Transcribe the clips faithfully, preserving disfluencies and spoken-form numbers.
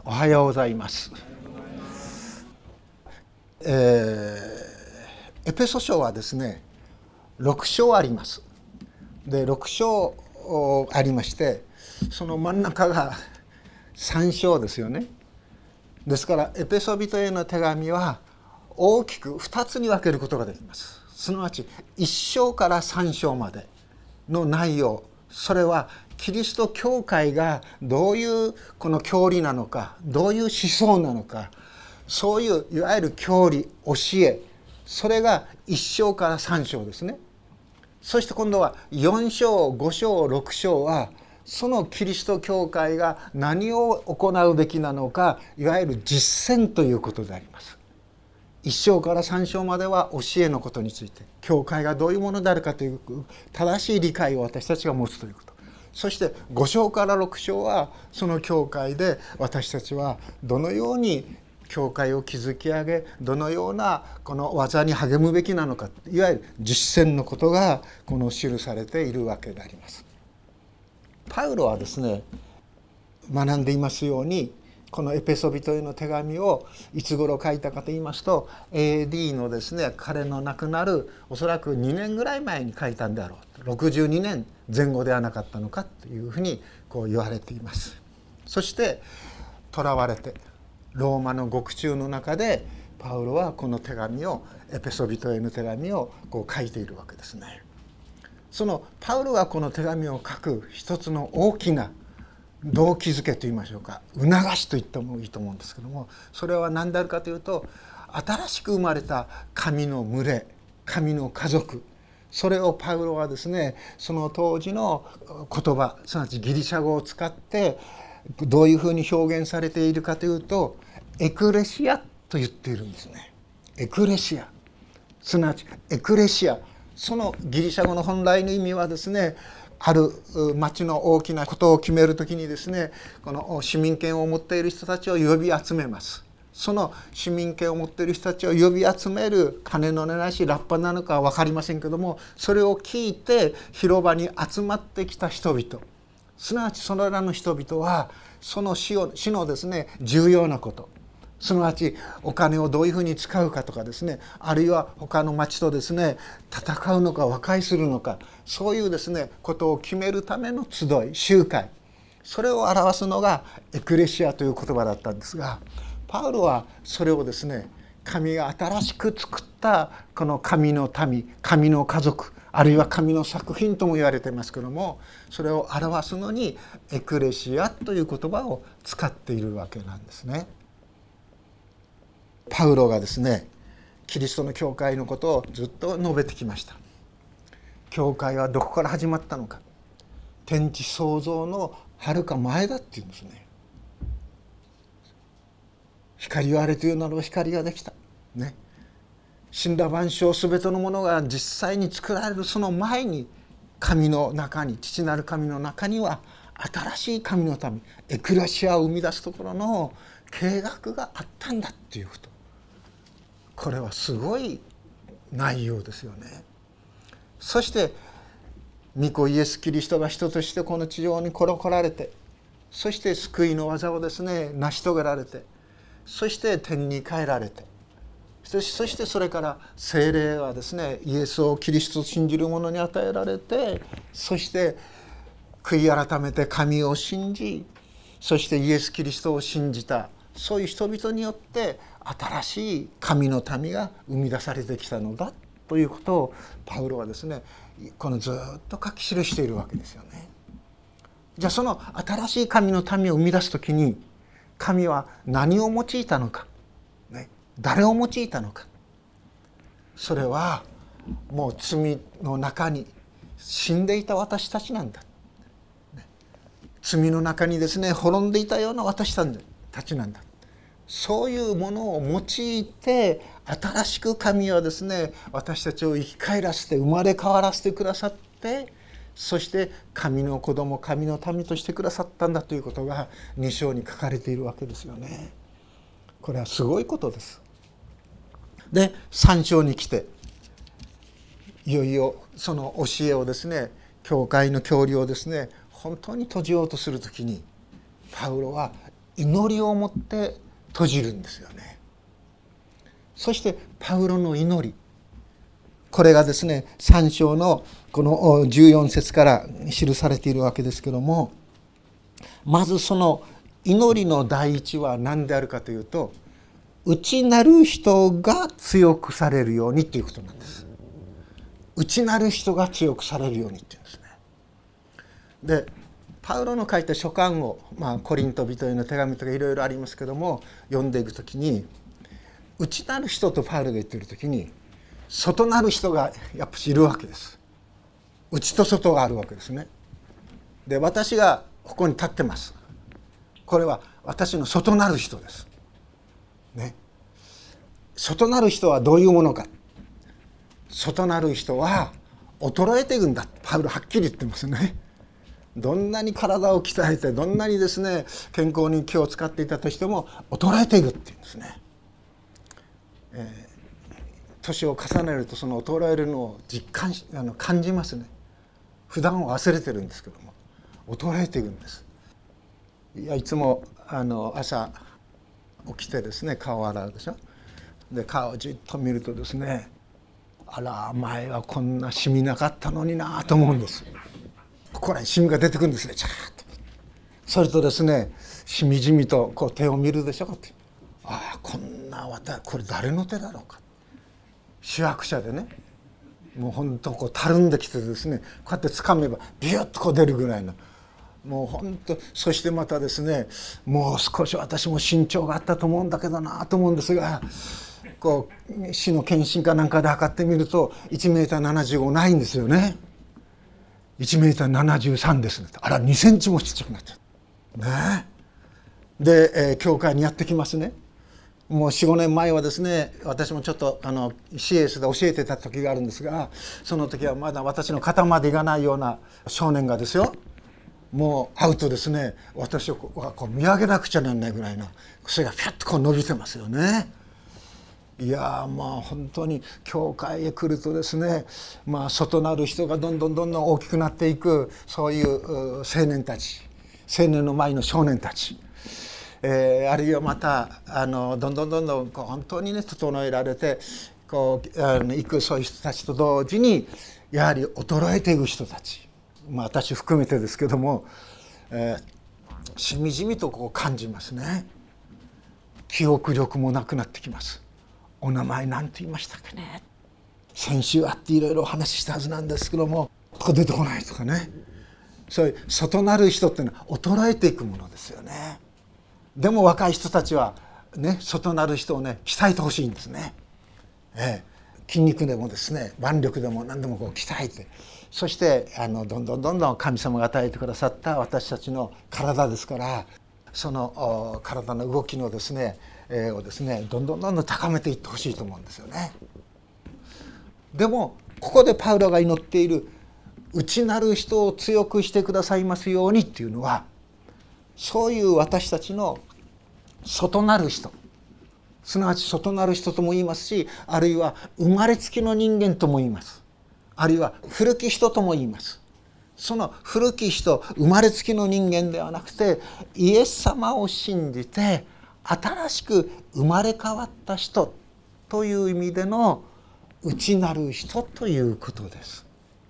おはようございます。えー、エペソ書はですねろく章あります。でろく章ありまして、その真ん中がさん章ですよね。ですからエペソ人への手紙は大きくふたつに分けることができます。すなわちいっ章からさん章までの内容、それはキリスト教会がどういうこの教理なのか、どういう思想なのか、そういういわゆる教理、教え、それがいっ章からさん章ですね。そして今度はよん章、ご章、ろく章はそのキリスト教会が何を行うべきなのか、いわゆる実践ということであります。いっ章からさん章までは教えのことについて、教会がどういうものであるかという正しい理解を私たちが持つということ。そしてご章からろく章はその教会で私たちはどのように教会を築き上げ、どのようなこの技に励むべきなのか、いわゆる実践のことがこの記されているわけであります。パウロはですね、学んでいますように、このエペソ人への手紙をいつ頃書いたかと言いますと、 エーディー のですね彼の亡くなるおそらくにねんぐらい前に書いたんであろう、ろくじゅうにねんぜん後ではなかったのかというふうにこう言われています。そして囚われてローマの獄中の中でパウロはこの手紙を、エペソ人への手紙をこう書いているわけですね。そのパウロがこの手紙を書く一つの大きな動機づけといいましょうか、促しと言ってもいいと思うんですけども、それは何であるかというと、新しく生まれた神の群れ、神の家族、それをパウロはですね、その当時の言葉、すなわちギリシャ語を使ってどういうふうに表現されているかというと、エクレシアと言っているんですね。エクレシア、すなわちエクレシア、そのギリシャ語の本来の意味はですね、ある町の大きなことを決めるときにですね、この市民権を持っている人たちを呼び集めます。その市民権を持っている人たちを呼び集める鐘の音なしラッパなのかは分かりませんけども、それを聞いて広場に集まってきた人々、すなわちそれらの人々はその死を死のですね重要なこと、すなわちお金をどういうふうに使うかとかですね、あるいは他の町とですね戦うのか和解するのか、そういうですねことを決めるための集い、集会、それを表すのがエクレシアという言葉だったんですが、パウロはそれをですね、神が新しく作ったこの神の民、神の家族、あるいは神の作品とも言われていますけども、それを表すのにエクレシアという言葉を使っているわけなんですね。パウロがですね、キリストの教会のことをずっと述べてきました。教会はどこから始まったのか、天地創造のはるか前だっていうんですね。光はあれというならば光ができた、ね、死んだ万象すべてのものが実際に作られるその前に、神の中に、父なる神の中には新しい神の民、エクレシアを生み出すところの計画があったんだっていうこと、これはすごい内容ですよね。そして御子イエス・キリストが人としてこの地上に来られて、そして救いの技をですね成し遂げられて、そして天に帰られて、そしてそれから聖霊はですねイエスをキリストを信じる者に与えられて、そして悔い改めて神を信じ、そしてイエス・キリストを信じた、そういう人々によって新しい神の民が生み出されてきたのだということをパウロはですねこのずっと書き記しているわけですよね。じゃあその新しい神の民を生み出すときに神は何を用いたのか、ね、誰を用いたのか、それはもう罪の中に死んでいた私たちなんだ、ね、罪の中にですね滅んでいたような私たちなんだ、そういうものを用いて新しく神はですね私たちを生き返らせて生まれ変わらせてくださって、そして神の子供、神の民としてくださったんだということがに章に書かれているわけですよね。これはすごいことです。でさん章に来ていよいよその教えをですね、教会の教理をですね本当に閉じようとするときにパウロは祈りを持って閉じるんですよね。そしてパウロの祈り、これがですねさん章のこのじゅうよん節から記されているわけですけども、まずその祈りの第一は何であるかというと、内なる人が強くされるようにということなんです。内なる人が強くされるようにっていうんですね。でパウロの書いた書簡を、まあ、コリント人への手紙とかいろいろありますけども読んでいくときに、内なる人とパウロが言っているときに外なる人がやっぱしいるわけです。内と外があるわけですね。で私がここに立ってます。これは私の外なる人です、ね、外なる人はどういうものか。外なる人は衰えていくんだ、パウロはっきり言ってますね。どんなに体を鍛えてどんなにですね健康に気を使っていたとしても衰えていくっていうんですね。えー、年を重ねるとその衰えるのを実感しあの感じますね。普段を忘れてるんですけども衰えていくんです。いやいつもあの朝起きてですね顔を洗うでしょ。で顔をじっと見るとですね、あら前はこんなシミなかったのになと思うんです。ここらにシミが出てくるんですね、チャーッと。それとですねしみじみとこう手を見るでしょって、ああこんな私これ誰の手だろうか。主役者でね、もうほんとこうたるんできてですね、こうやって掴めばビュッとこう出るぐらいの、もうほんと。そしてまたですね、もう少し私も身長があったと思うんだけどなと思うんですが、こう市の検診かなんかで測ってみるといちメーターななじゅうごないんですよね。いちメーターななじゅうさんですね。あらにセンチもちっちゃくなっちゃうね。で、えー、教会にやってきますね。もう よん,ご 年前はですね、私もちょっとあの シーエス で教えてた時があるんですが、その時はまだ私の肩までいかないような少年がですよ、もう会うとですね私をこう見上げなくちゃならないぐらいのそれがピュッとこう伸びてますよね。いやまあ本当に教会へ来るとですね、まあ外なる人がどんどんどんどん大きくなっていく、そういう青年たち、青年の前の少年たち、えー、あるいはまたあのどんどんどんどんこう本当にね整えられてこうあの行くそういう人たちと同時にやはり衰えていく人たち、まあ、私含めてですけども、えー、しみじみとこう感じますね。記憶力もなくなってきます。お名前何て言いましたっけね、先週会っていろいろお話ししたはずなんですけどもここ出てこないとかね、そういう外なる人っていうのは衰えていくものですよね。でも若い人たちはね外なる人をね鍛えてほしいんですね、ええ、筋肉でもですね腕力でも何でもこう鍛えて、そしてあのどんどんどんどん神様が与えてくださった私たちの体ですから、その体の動きのですね、えー、をですねどんどんどんどん高めていってほしいと思うんですよね。でもここでパウロが祈っている内なる人を強くしてくださいますようにっていうのは、そういう私たちの外なる人、すなわち外なる人とも言いますし、あるいは生まれつきの人間とも言います。あるいは古き人とも言います。その古き人、生まれつきの人間ではなくてイエス様を信じて新しく生まれ変わった人という意味での内なる人ということです。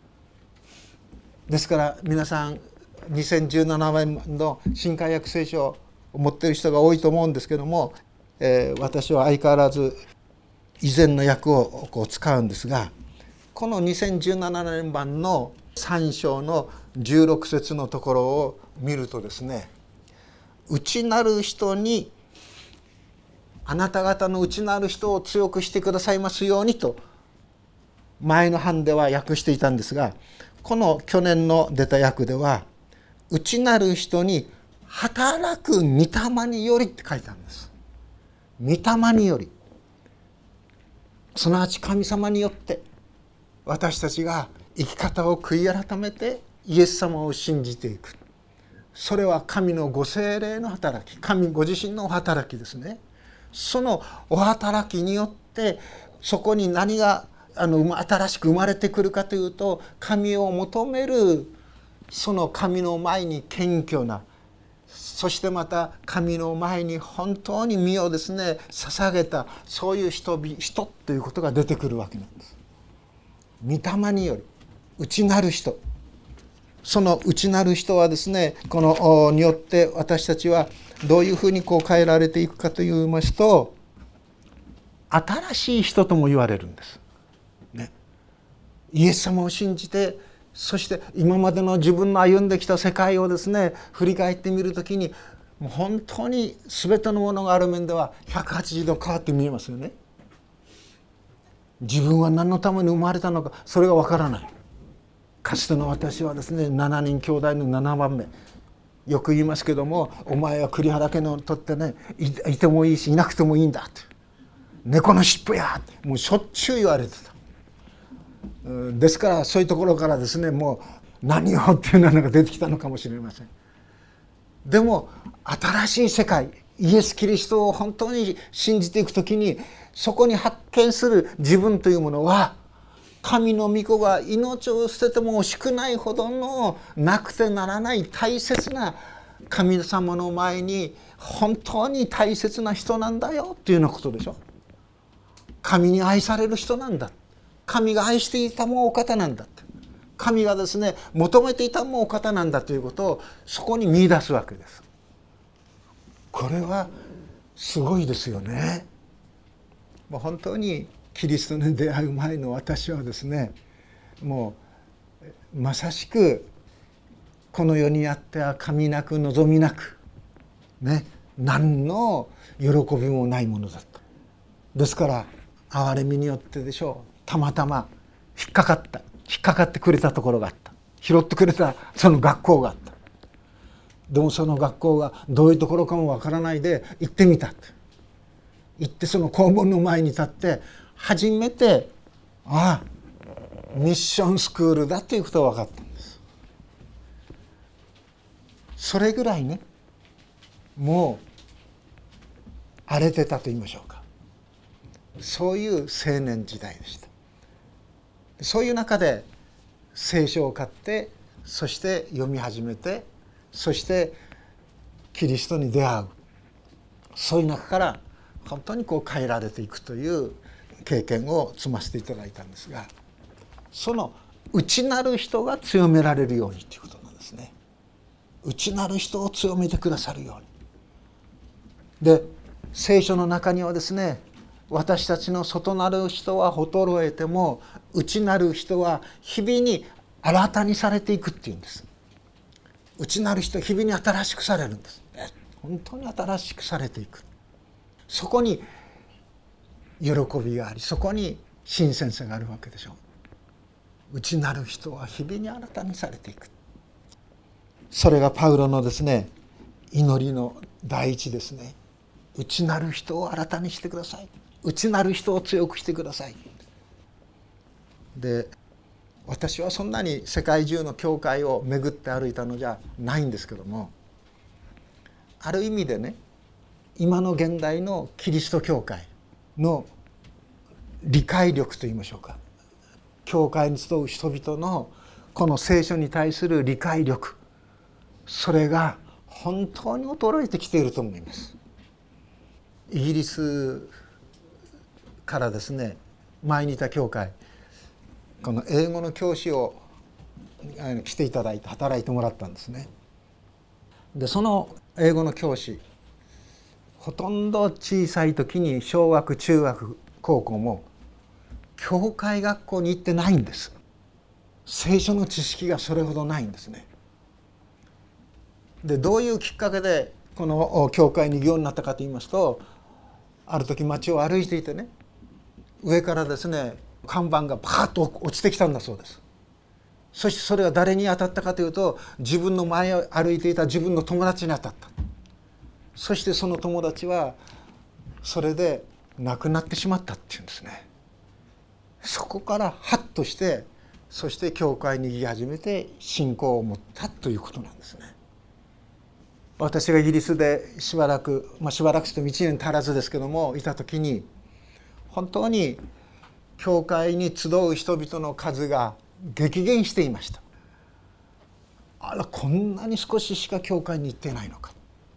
ですから皆さんにせんじゅうななねんの新海訳聖書を持っている人が多いと思うんですけども、えー、私は相変わらず以前の訳をこう使うんですが、このにせんじゅうななねん版のさん章のじゅうろく節のところを見るとですね、内なる人にあなた方の内なる人を強くしてくださいますようにと前の版では訳していたんですが、この去年の出た訳では内なる人に働く御霊によりって書いてあるんです。御霊により、すなわち神様によって私たちが生き方を悔い改めてイエス様を信じていく。それは神のご聖霊の働き、神ご自身のお働きですね。そのお働きによってそこに何があの新しく生まれてくるかというと、神を求めるその神の前に謙虚なそしてまた神の前に本当に身をですね捧げた、そういう人人ということが出てくるわけなんです。御霊により内なる人、その内なる人はですね、このによって私たちはどういうふうにこう変えられていくかといいますと、新しい人とも言われるんです、ね、イエス様を信じて、そして今までの自分の歩んできた世界をですね振り返ってみるときに、もう本当に全てのものがある面ではひゃくはちじゅうど変わって見えますよね。自分は何のために生まれたのか、それがわからない。かつての私はですね、しちにん兄弟のななばんめ、よく言いますけども、お前は栗原家のとってね、 い, いてもいいしいなくてもいいんだって、猫の尻尾やってもうしょっちゅう言われてた。ですからそういうところからですね、もう何をっていうのが出てきたのかもしれません。でも新しい世界、イエス・キリストを本当に信じていくときに、そこに発見する自分というものは、神の御子が命を捨てても惜しくないほどのなくてならない大切な神様の前に本当に大切な人なんだよっていうようなことでしょ。神に愛される人なんだ、神が愛していたもうお方なんだって、神がですね求めていたもうお方なんだということをそこに見出すわけです。これはすごいですよね。もう本当にキリストに出会う前の私はですね、もうまさしくこの世にあっては神なく望みなくね、何の喜びもないものだった。ですから憐れみによってでしょう、たまたま引っかかった引っかかってくれたところがあった、拾ってくれたその学校があった。でもその学校がどういうところかもわからないで行ってみた。行ってその校門の前に立って初めて、ああミッションスクールだということが分かったんです。それぐらいね、もう荒れてたと言いましょうか、そういう青年時代でした。そういう中で聖書を買って、そして読み始めて、そしてキリストに出会う、そういう中から本当にこう変えられていくという経験を積ませていただいたんですが、その内なる人が強められるようにということなんですね。内なる人を強めてくださるように。で聖書の中にはですね、私たちの外なる人は衰えても内なる人は日々に新たにされていくっていうんです。内なる人は日々に新しくされるんです。本当に新しくされていく。そこに喜びがあり、そこに新鮮さがあるわけでしょう。内なる人は日々に新たにされていく。それがパウロのですね祈りの第一ですね。内なる人を新たにしてください、内なる人を強くしてください。で私はそんなに世界中の教会を巡って歩いたのじゃないんですけども、ある意味でね、今の現代のキリスト教会の理解力といいましょうか、教会に集う人々のこの聖書に対する理解力、それが本当に衰えてきていると思います。イギリスからですね、前にいた教会、この英語の教師を来ていただいて働いてもらったんですね。でその英語の教師、ほとんど小さい時に小学中学高校も教会学校に行ってないんです。聖書の知識がそれほどないんですね。でどういうきっかけでこの教会に行くようになったかといいますと、ある時街を歩いていてね、上からですね看板がパーッと落ちてきたんだそうです。そしてそれが誰に当たったかというと、自分の前を歩いていた自分の友達に当たった。そしてその友達はそれで亡くなってしまったっていうんですね。そこからハッとして、そして教会に行き始めて信仰を持ったということなんですね。私がイギリスでしばらく、まあ、しばらくしてもいちねん足らずですけどもいた時に、本当に教会に集う人々の数が激減していました。あら、こんなに少ししか教会に行っていないのか。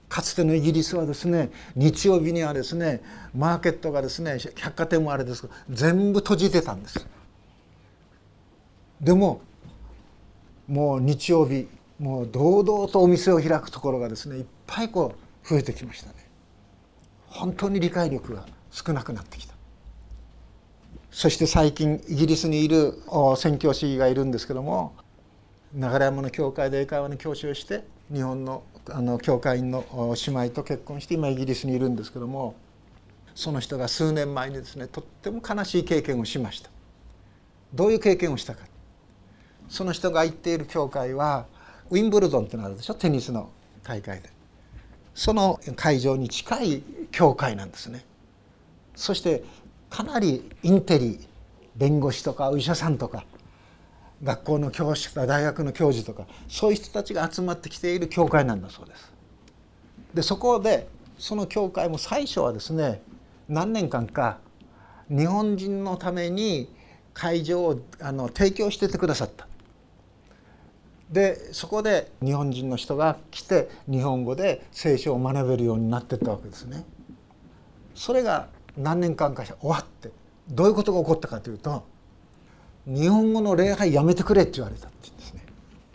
かつてのイギリスはですね、日曜日にはですねマーケットがですね、百貨店もあれですけど全部閉じてたんです。でももう日曜日もう堂々とお店を開くところがですねいっぱいこう増えてきましたね。本当に理解力が少なくなってきた。そして最近イギリスにいる宣教師がいるんですけども、流山の教会で英会話の教師をして日本のあの教会員の姉妹と結婚して今イギリスにいるんですけども、その人が数年前にですねとっても悲しい経験をしました。どういう経験をしたか。その人が行っている教会はウィンブルドンってのあるでしょ、テニスの大会で。その会場に近い教会なんですね。そしてかなりインテリ、弁護士とかお医者さんとか学校の教師とか大学の教授とかそういう人たちが集まってきている教会なんだそうです。でそこでその教会も最初はですね何年間か日本人のために会場をあの提供しててくださった。でそこで日本人の人が来て日本語で聖書を学べるようになっていったわけですね。それが何年間か終わってどういうことが起こったかというと、日本語の礼拝やめてくれって言われたって言うんですね。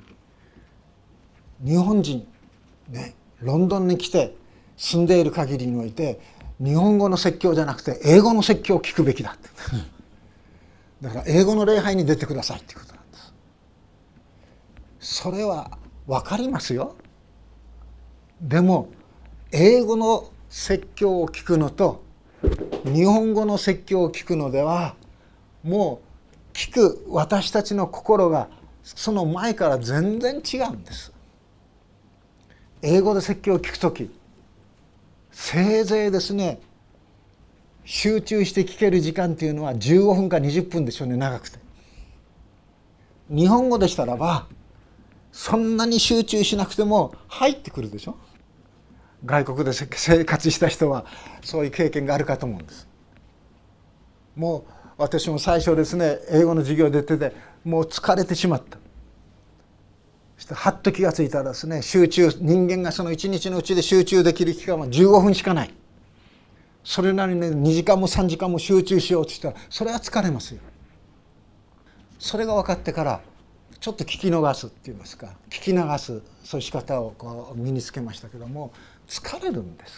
日本人ね、ロンドンに来て住んでいる限りにおいて日本語の説教じゃなくて英語の説教を聞くべきだってだから英語の礼拝に出てくださいっていうことなんです。それは分かりますよ。でも英語の説教を聞くのと日本語の説教を聞くのではもう聞く私たちの心がその前から全然違うんです。英語で説教を聞くときせいぜいですね集中して聞ける時間というのはじゅうごふんかにじゅっぷんでしょうね、長くて。日本語でしたらばそんなに集中しなくても入ってくるでしょ。外国で生活した人はそういう経験があるかと思うんです。もう私も最初ですね英語の授業出ててもう疲れてしまった。そしてはっと気がついたらですね集中人間がその一日のうちで集中できる期間はじゅうごふんしかない。それなりにねにじかんもさんじかんも集中しようとしたらそれは疲れますよ。それが分かってからちょっと聞き逃すって言いますか聞き流すそういう仕方をこう身につけましたけども疲れるんです。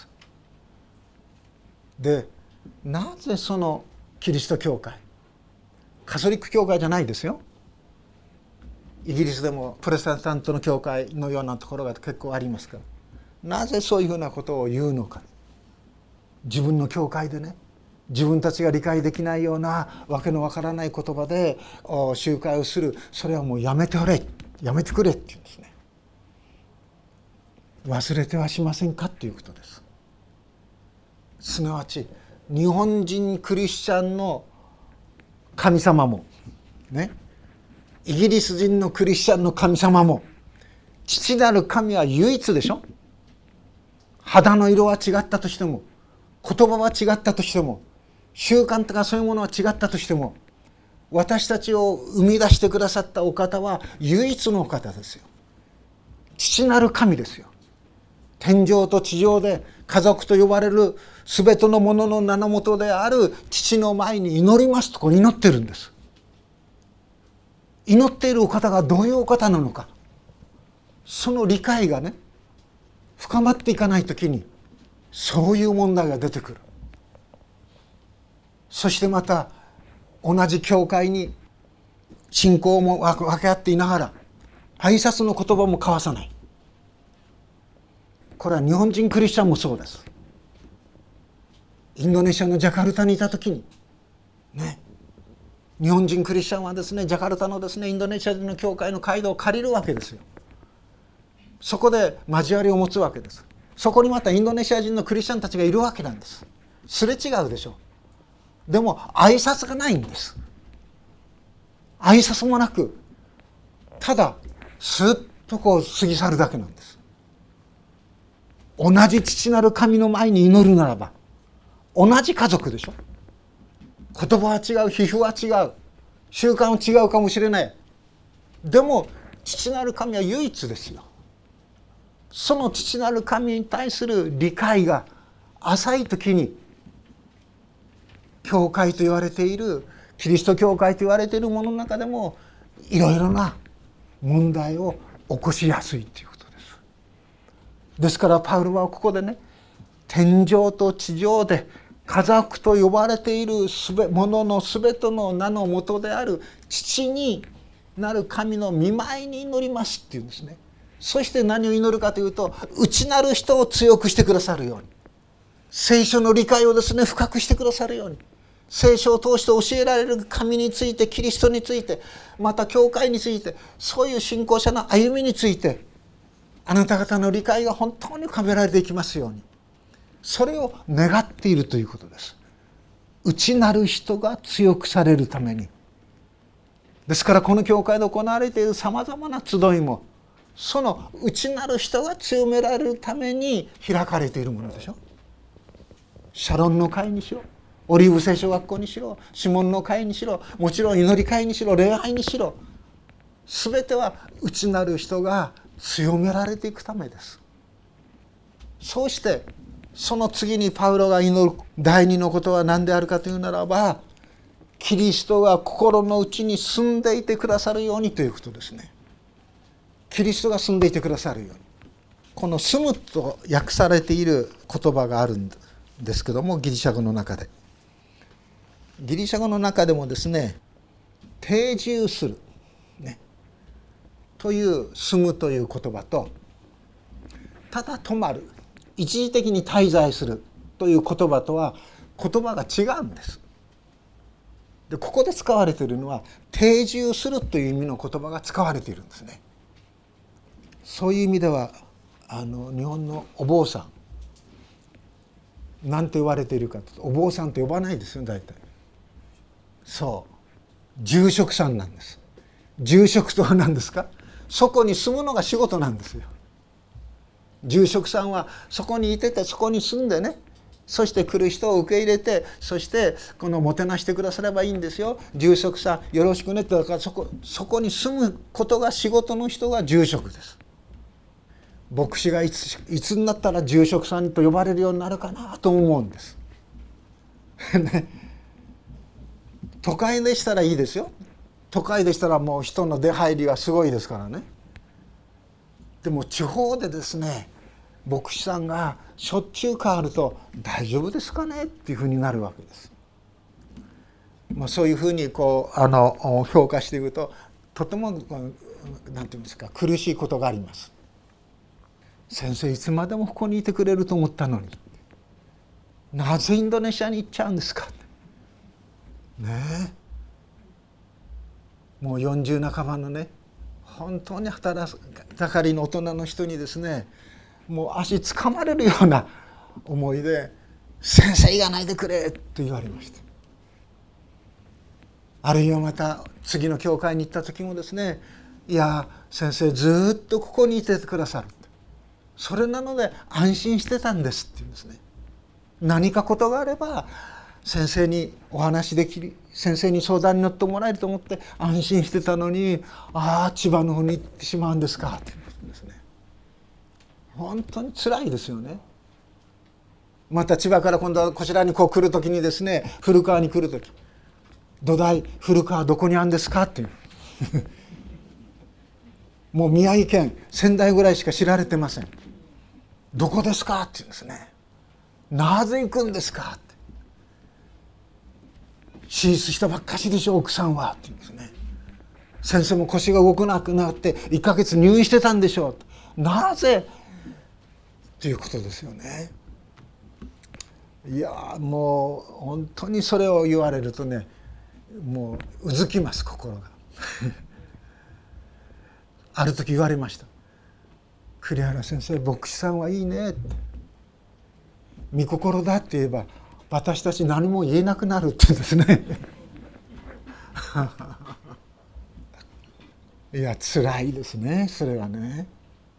でなぜそのキリスト教会カトリック教会じゃないですよ。イギリスでもプロテスタントの教会のようなところが結構ありますから、なぜそういうふうなことを言うのか。自分の教会でね自分たちが理解できないようなわけのわからない言葉で集会をする、それはもうやめておれやめてくれって言うんですね。忘れてはしませんかということです。すなわち日本人クリスチャンの神様もねイギリス人のクリスチャンの神様も父なる神は唯一でしょ。肌の色は違ったとしても言葉は違ったとしても習慣とかそういうものは違ったとしても私たちを生み出してくださったお方は唯一のお方ですよ。父なる神ですよ。天上と地上で家族と呼ばれるすべてのものの名の元である父の前に祈りますとこう祈ってるんです。祈っているお方がどういうお方なのか、その理解がね深まっていかないときにそういう問題が出てくる。そしてまた同じ教会に信仰も分け合っていながら挨拶の言葉も交わさない。これは日本人クリスチャンもそうです。インドネシアのジャカルタにいた時にね日本人クリスチャンはですねジャカルタのですねインドネシア人の教会の街道を借りるわけですよ。そこで交わりを持つわけです。そこにまたインドネシア人のクリスチャンたちがいるわけなんです。すれ違うでしょ。でも挨拶がないんです。挨拶もなくただスッとこう過ぎ去るだけなんです。同じ父なる神の前に祈るならば同じ家族でしょ。言葉は違う、皮膚は違う、習慣は違うかもしれない。でも父なる神は唯一ですよ。 その父なる神に対する理解が浅い時に、教会と言われている、キリスト教会と言われているものの中でもいろいろな問題を起こしやすいということです。ですからパウロはここでね、天上と地上で家族と呼ばれているすべもののすべての名の元である父になる神の御前に祈りますっていうんですね。そして何を祈るかというと、内なる人を強くしてくださるように、聖書の理解をですね深くしてくださるように、聖書を通して教えられる神について、キリストについて、また教会について、そういう信仰者の歩みについて、あなた方の理解が本当に深められていきますように、それを願っているということです。内なる人が強くされるために。ですからこの教会で行われているさまざまな集いも、その内なる人が強められるために開かれているものでしょ。シャロンの会にしろ、オリーブ聖書学校にしろ、シモンの会にしろ、もちろん祈り会にしろ、礼拝にしろ、すべては内なる人が強められていくためです。そうしてその次にパウロが祈る第二のことは何であるかというならば、キリストが心の内に住んでいてくださるようにということですね。キリストが住んでいてくださるように、この住むと訳されている言葉があるんですけども、ギリシャ語の中でギリシャ語の中でもですね、定住する、ね、という住むという言葉と、ただ泊まる、一時的に滞在するという言葉とは言葉が違うんです。でここで使われているのは定住するという意味の言葉が使われているんですね。そういう意味ではあの日本のお坊さんなんて言われているかと、お坊さんと呼ばないですよ大体。そう住職さんなんです。住職とは何ですか。そこに住むのが仕事なんですよ。住職さんはそこにいてて、そこに住んでね、そして来る人を受け入れて、そしてこのもてなしてくださればいいんですよ。住職さんよろしくねって、だからそこそこに住むことが仕事の人が住職です。牧師がいついつになったら住職さんと呼ばれるようになるかなと思うんですね。都会でしたらいいですよ。都会でしたらもう人の出入りがすごいですからね。でも地方でですね、牧師さんがしょっちゅう変わると大丈夫ですかねっていうふうになるわけです。まあ、そういうふうにこうあの評価していくと、とてもなんていうんですか、苦しいことがあります。先生いつまでもここにいてくれると思ったのに、なぜインドネシアに行っちゃうんですかねえ。もうよんじゅう半ばのね、本当に働き盛りの大人の人にですね、もう足つかまれるような思いで「先生行かないでくれ」と言われました。あるいはまた次の教会に行った時もですね、いや先生ずっとここにいてくださる、それなので安心してたんですって言うんですね。何かことがあれば先生にお話できる、先生に相談に乗ってもらえると思って安心してたのに、ああ千葉の方に行ってしまうんですかって言うんですね。本当につらいですよね。また千葉から今度はこちらにこう来る時にですね、古川に来る時、土台古川どこにあるんですかっていうもう宮城県仙台ぐらいしか知られてません。どこですかって言うんですね。なぜ行くんですかって、手術したばっかしでしょ奥さんはって言うんですね。先生も腰が動かなくなっていっかげつ入院してたんでしょう、なぜということですよね。いやもう本当にそれを言われるとね、もううずきます心がある時言われました。栗原先生牧師さんはいいねって、御心だって言えば私たち何も言えなくなるって言うんですねいや辛いですねそれはね。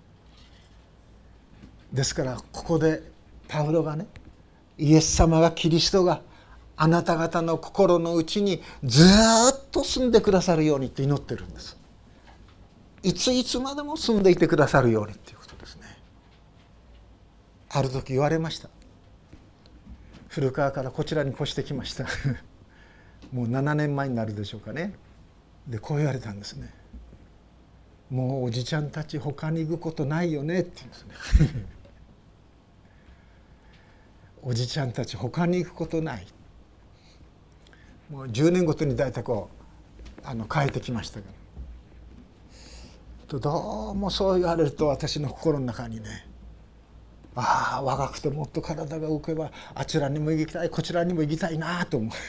ですからここでパウロがね、イエス様がキリストがあなた方の心の内にずっと住んでくださるようにって祈ってるんです。いついつまでも住んでいてくださるようにっていうことですね。 ある時言われました。古川からこちらに越してきましたもうななねんまえになるでしょうかね。でこう言われたんですね。もうおじちゃんたち他に行くことないよねって言うんですねおじちゃんたち他に行くことない。もうじゅうねんごとに大体こうあの変えてきましたけど、どうもそう言われると私の心の中にね、ああ若くてもっと体が動けばあちらにも行きたいこちらにも行きたいなと思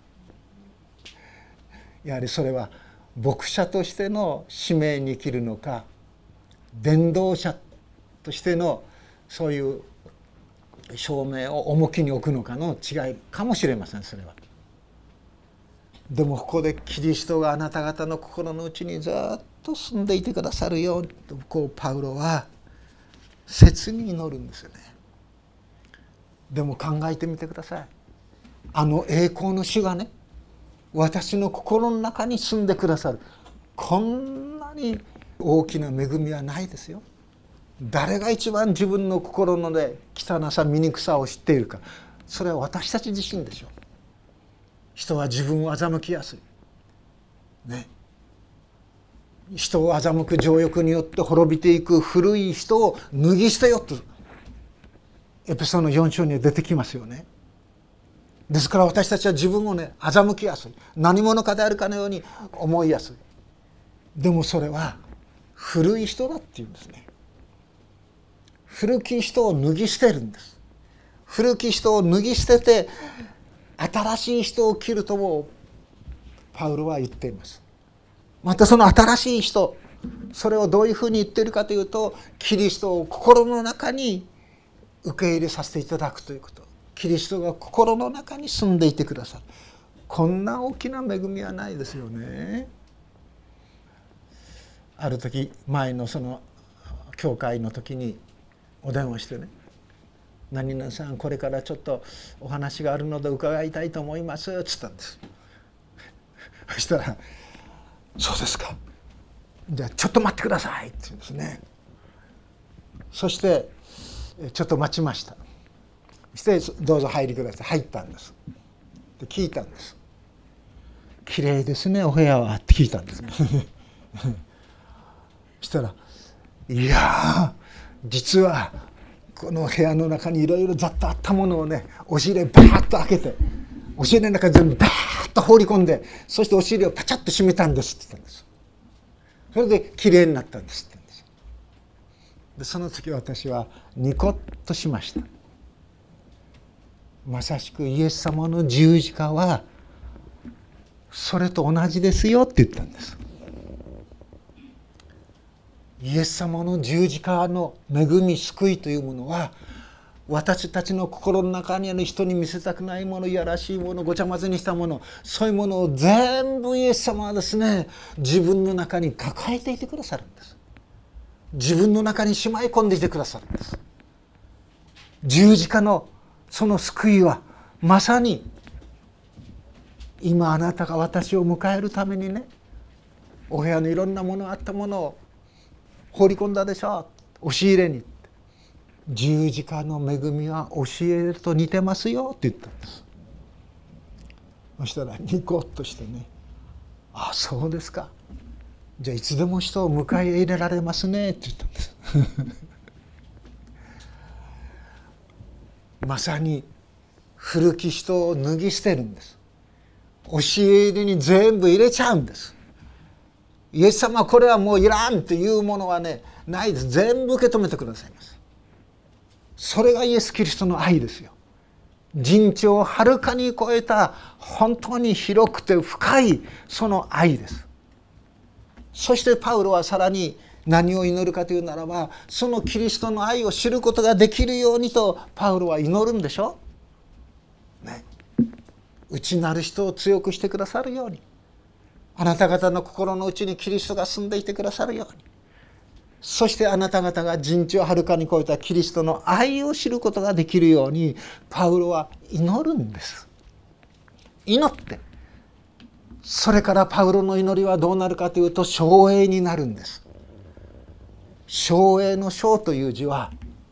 うやはりそれは牧者としての使命に生きるのか、伝道者としてのそういう証明を重きに置くのかの違いかもしれません。それはでもここでキリストがあなた方の心の内にずっと住んでいてくださるようにとこうパウロは切に祈るんですよね。でも考えてみてください。あの栄光の主がね、私の心の中に住んでくださる、こんなに大きな恵みはないですよ。誰が一番自分の心のね汚さ醜さを知っているか、それは私たち自身でしょう。人は自分を欺きやすいね。人を欺く情欲によって滅びていく古い人を脱ぎ捨てよとエペソのよん章には出てきますよね。ですから私たちは自分をね欺きやすい、何者かであるかのように思いやすい。でもそれは古い人だっていうんですね。古き人を脱ぎ捨てるんです。古き人を脱ぎ捨てて新しい人を着るともパウロは言っています。またその新しい人、それをどういうふうに言っているかというと、キリストを心の中に受け入れさせていただくということ。キリストが心の中に住んでいてくださる、こんな大きな恵みはないですよね。ある時前のその教会の時にお電話してね、何々さんこれからちょっとお話があるので伺いたいと思いますっつったんです。そしたらそうですか、じゃあちょっと待ってくださいって言うんですね。そしてちょっと待ちました。そしてどうぞ入りください。入ったんです。で聞いたんです。綺麗ですねお部屋はって聞いたんですそしたらいや実はこの部屋の中にいろいろざっとあったものをね、押し入れバーッと開けて押し入れの中に全部バーッと放り込んで、そして押し入れをパチャッと閉めたんですって言ったんです。それできれいになったんですって言うんです。でその時私はニコッとしました。まさしくイエス様の十字架はそれと同じですよって言ったんです。イエス様の十字架の恵み救いというものは、私たちの心の中にある人に見せたくないもの、いやらしいもの、ごちゃ混ぜにしたもの、そういうものを全部イエス様はですね、自分の中に抱えていてくださるんです。自分の中にしまい込んでいてくださるんです。十字架のその救いはまさに今あなたが私を迎えるためにね、お部屋にいろんなものあったものを放り込んだでしょう、押し入れに。十字架の恵みは押し入れと似てますよって言ったんです。そしたらニコッとしてね、あそうですか、じゃあいつでも人を迎え入れられますねって言ったんですまさに古き人を脱ぎ捨てるんです。押し入れに全部入れちゃうんです。イエス様はこれはもういらんっていうものはねないです。全部受け止めてくださいます。それがイエス・キリストの愛ですよ。人知をはるかに超えた本当に広くて深いその愛です。そしてパウロはさらに何を祈るかというならば、そのキリストの愛を知ることができるようにとパウロは祈るんでしょ、ね、内なる人を強くしてくださるように、あなた方の心の内にキリストが住んでいてくださるように、そしてあなた方が人知をはるかに超えたキリストの愛を知ることができるようにパウロは祈るんです。祈って、それからパウロの祈りはどうなるかというと称栄になるんです。称栄の称という字は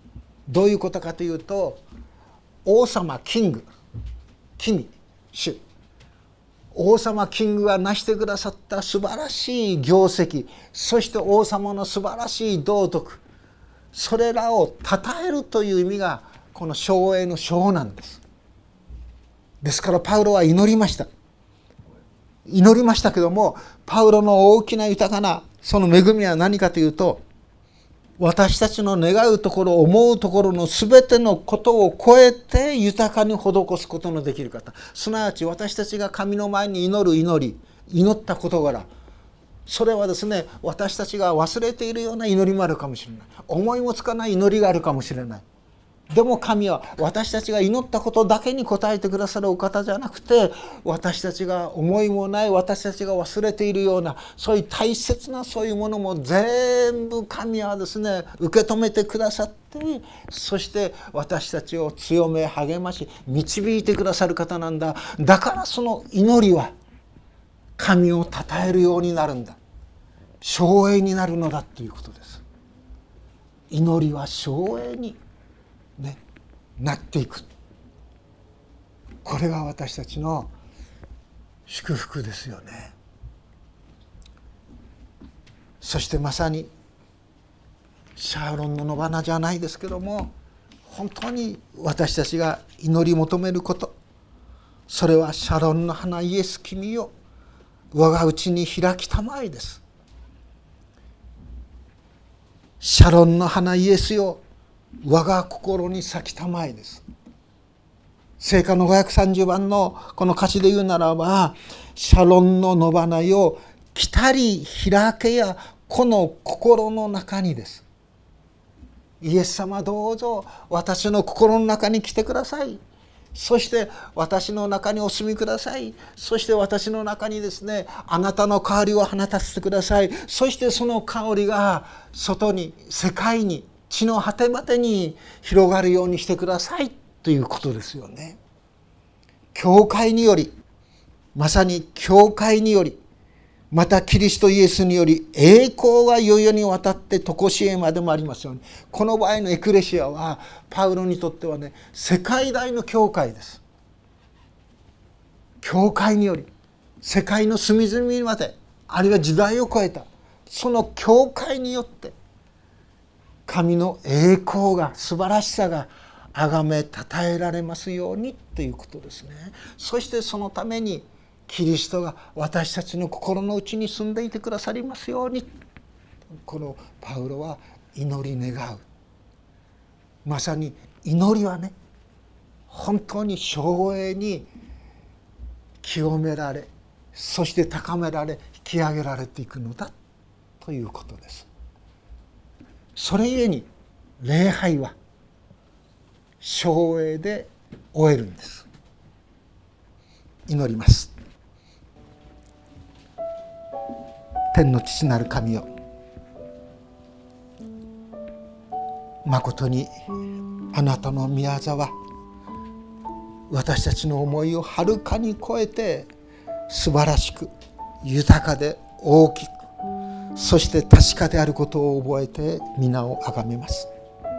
どういうことかというと、王様キング、君主、王様キングが成してくださった素晴らしい業績、そして王様の素晴らしい道徳、それらを称えるという意味がこの称栄の称なんです。ですからパウロは祈りました。祈りましたけども、パウロの大きな豊かなその恵みは何かというと、私たちの願うところ、思うところのすべてのことを超えて豊かに施すことのできる方、すなわち私たちが神の前に祈る祈り、祈った事柄、それはですね、私たちが忘れているような祈りもあるかもしれない、思いもつかない祈りがあるかもしれない。でも神は私たちが祈ったことだけに応えてくださるお方じゃなくて、私たちが思いもない、私たちが忘れているような、そういう大切なそういうものも全部神はですね受け止めてくださって、そして私たちを強め励まし導いてくださる方なんだ。だからその祈りは神を称えるようになるんだ、称栄になるのだということです。祈りは称栄にね、なっていく。これが私たちの祝福ですよね。そしてまさにシャーロンの野花じゃないですけども、本当に私たちが祈り求めること、それはシャロンの花イエス君よ、我が内に開きたまえです。シャロンの花イエスよ、我が心に咲きたまえです。聖歌のごひゃくさんじゅうばんのこの歌詞で言うならば、シャロンの野花よ来たり開けやこの心の中にです。イエス様どうぞ私の心の中に来てください。そして私の中にお住みください。そして私の中にですね、あなたの香りを放たせてください。そしてその香りが外に、世界に、地の果てまでに広がるようにしてくださいということですよね。教会により、まさに教会により、またキリストイエスにより栄光が世々にわたって常しえまでもありますように。この場合のエクレシアはパウロにとってはね、世界大の教会です。教会により世界の隅々まで、あるいは時代を超えたその教会によって神の栄光が、素晴らしさが崇め称えられますようにということですね。そしてそのためにキリストが私たちの心の内に住んでいてくださりますように、このパウロは祈り願う。まさに祈りはね、本当に称栄に清められ、そして高められ、引き上げられていくのだということです。それゆえに礼拝は称栄で終えるんです。祈ります。天の父なる神よ、まことにあなたの御業は私たちの思いをはるかに超えて素晴らしく、豊かで大きく、そして確かであることを覚えて皆をあがめます。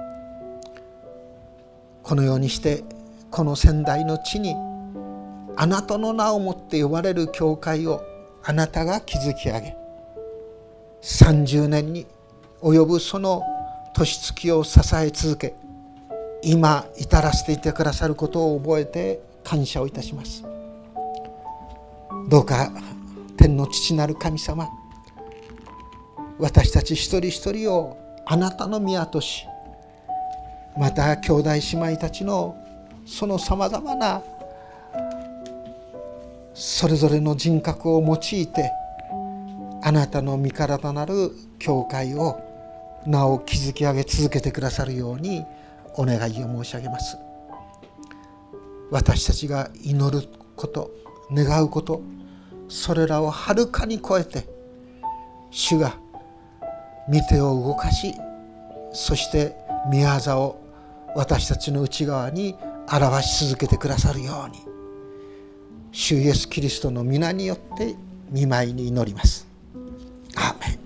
このようにしてこの仙台の地にあなたの名をもって呼ばれる教会をあなたが築き上げ、さんじゅうねんに及ぶその年月を支え続け、今至らせていてくださることを覚えて感謝をいたします。どうか天の父なる神様、私たち一人一人をあなたの宮とし、また兄弟姉妹たちのそのさまざまなそれぞれの人格を用いて、あなたの身体なる教会をなお築き上げ続けてくださるようにお願いを申し上げます。私たちが祈ること、願うこと、それらをはるかに超えて主が御手を動かし、そして御業を私たちの内側に表し続けてくださるように、主イエスキリストの皆によって御前に祈ります。アーメン。